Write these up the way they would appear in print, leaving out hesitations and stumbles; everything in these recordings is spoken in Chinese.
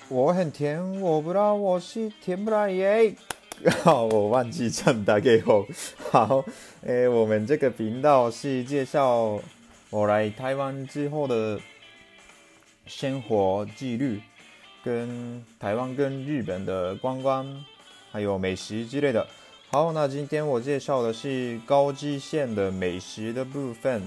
我很甜，我不知道我是甜不来耶。我忘记唱大概后。好，我们这个频道是介绍我来台湾之后的生活纪录，跟台湾跟日本的观光，还有美食之类的。好，那今天我介绍的是高知县的美食的部分。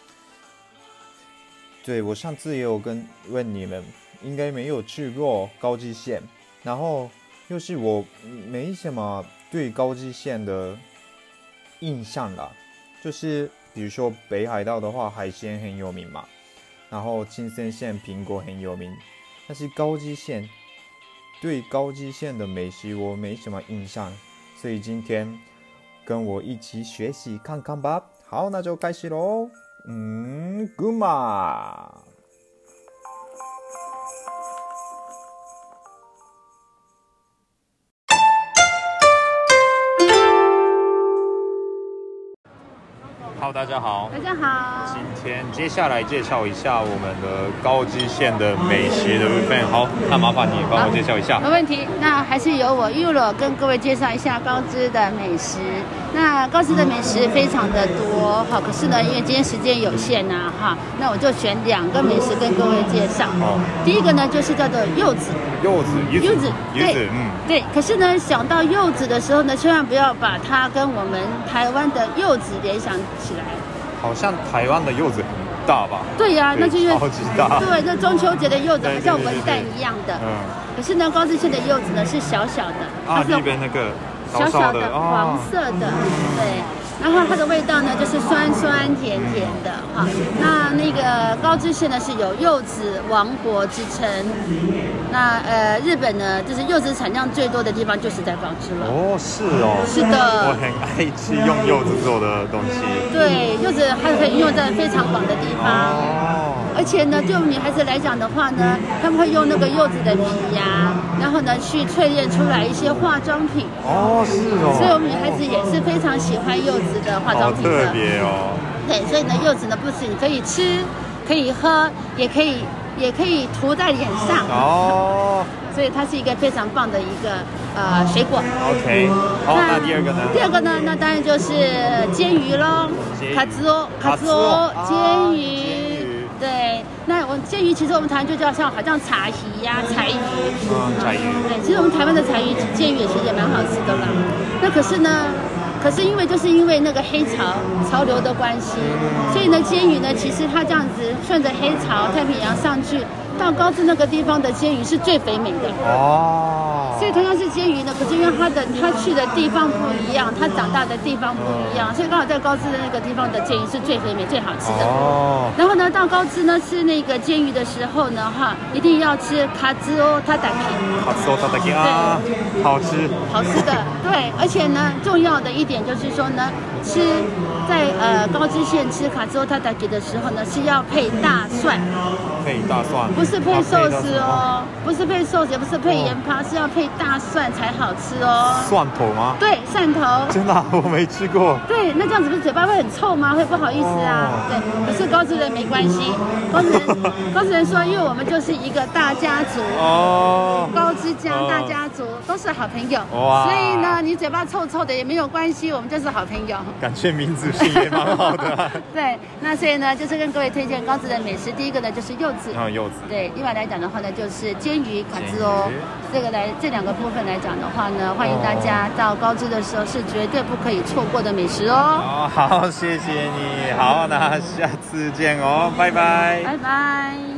对，我上次也有问你们，应该没有去过高知县，然后又是我没什么对高知县的印象啦，就是比如说北海道的话，海鲜很有名嘛，然后青森县苹果很有名，但是高知县对高知县的美食我没什么印象，所以今天跟我一起学习看看吧。好，那就开始咯。群馬。Hello， 大家好。 大家好。 今天接下来介绍一下我们的高知县的美食的部分。好，那麻烦你帮我介绍一下。 没问题。那还是由我 Yulo 跟各位介绍一下高知的美食。那高知的美食非常的多，好，可是呢，因为今天时间有限呐，哈，那我就选2个美食跟各位介绍。第一个呢就是叫做柚子。柚子，对，对。可是呢，想到柚子的时候呢，千万不要把它跟我们台湾的柚子联想起来。 好像台湾的柚子很大吧？ 对呀，那就是超级大。 对，那中秋节的柚子好像文旦一样的。可是呢，高知县的柚子呢是小小的， 它是那边那个小小的黄色的，对。然后它的味道呢，就是酸酸甜甜的哈。那个高知县呢是有柚子王国之称。那日本呢，就是柚子产量最多的地方就是在高知了。哦， 是哦。 是的。 我很爱吃用柚子做的东西。 对，柚子还可以用在非常广的地方。而且呢，对我们女孩子来讲的话呢，他们会用那个柚子的皮呀，然后呢去淬炼出来一些化妆品。哦，是哦。所以我们女孩子也是非常喜欢柚子的化妆品的。 好特别哦。 对，所以呢，柚子呢不仅可以吃，可以喝，也可以涂在脸上。哦。所以它是一个非常棒的一个水果。OK。好，那第二个呢？第二个呢，那当然就是煎鱼咯，卡兹欧煎鱼。对，那我煎鱼其实我们台湾就叫好像茶鱼呀、柴鱼。柴鱼。对，其实我们台湾的柴鱼煎鱼其实也蛮好吃的啦。那可是因为那个黑潮流的关系，所以呢煎鱼呢，其实它这样子顺着黑潮太平洋上去，到高知那个地方的煎鱼是最肥美的。哦。所以同样是煎鱼呢，可是因为它去的地方不一样，它长大的地方不一样，所以刚好在高知的那个地方的煎鱼是最肥美、最好吃的。哦。然后呢，到高知呢吃那个煎鱼的时候呢，哈，一定要吃卡兹欧塔达基。卡兹欧塔达基啊，好吃。好吃的，对，而且呢，重要的一点就是说呢，在高知县吃卡兹欧塔达基的时候呢，是要配大蒜。配大蒜。不是配寿司哦，不是配寿司，也不是配盐巴，是要配大蒜才好吃哦。蒜头吗？对，蒜头。真的，我没吃过。对，那这样子不是嘴巴会很臭吗？会不好意思啊。对，可是高知人没关系，高知人说，因为我们就是一个大家族哦，高知江大家族都是好朋友，所以呢，你嘴巴臭臭的也没有关系，我们就是好朋友。感谢名字是也蛮好的。对，那所以呢，就是跟各位推荐高知的美食，第一个呢就是柚子，柚子。对，另外来讲的话呢，就是煎鱼、卡兹哦，这2个部分来讲的话呢，欢迎大家到高知的时候是绝对不可以错过的美食哦。好，谢谢你。好，那下次见哦，拜拜。拜拜。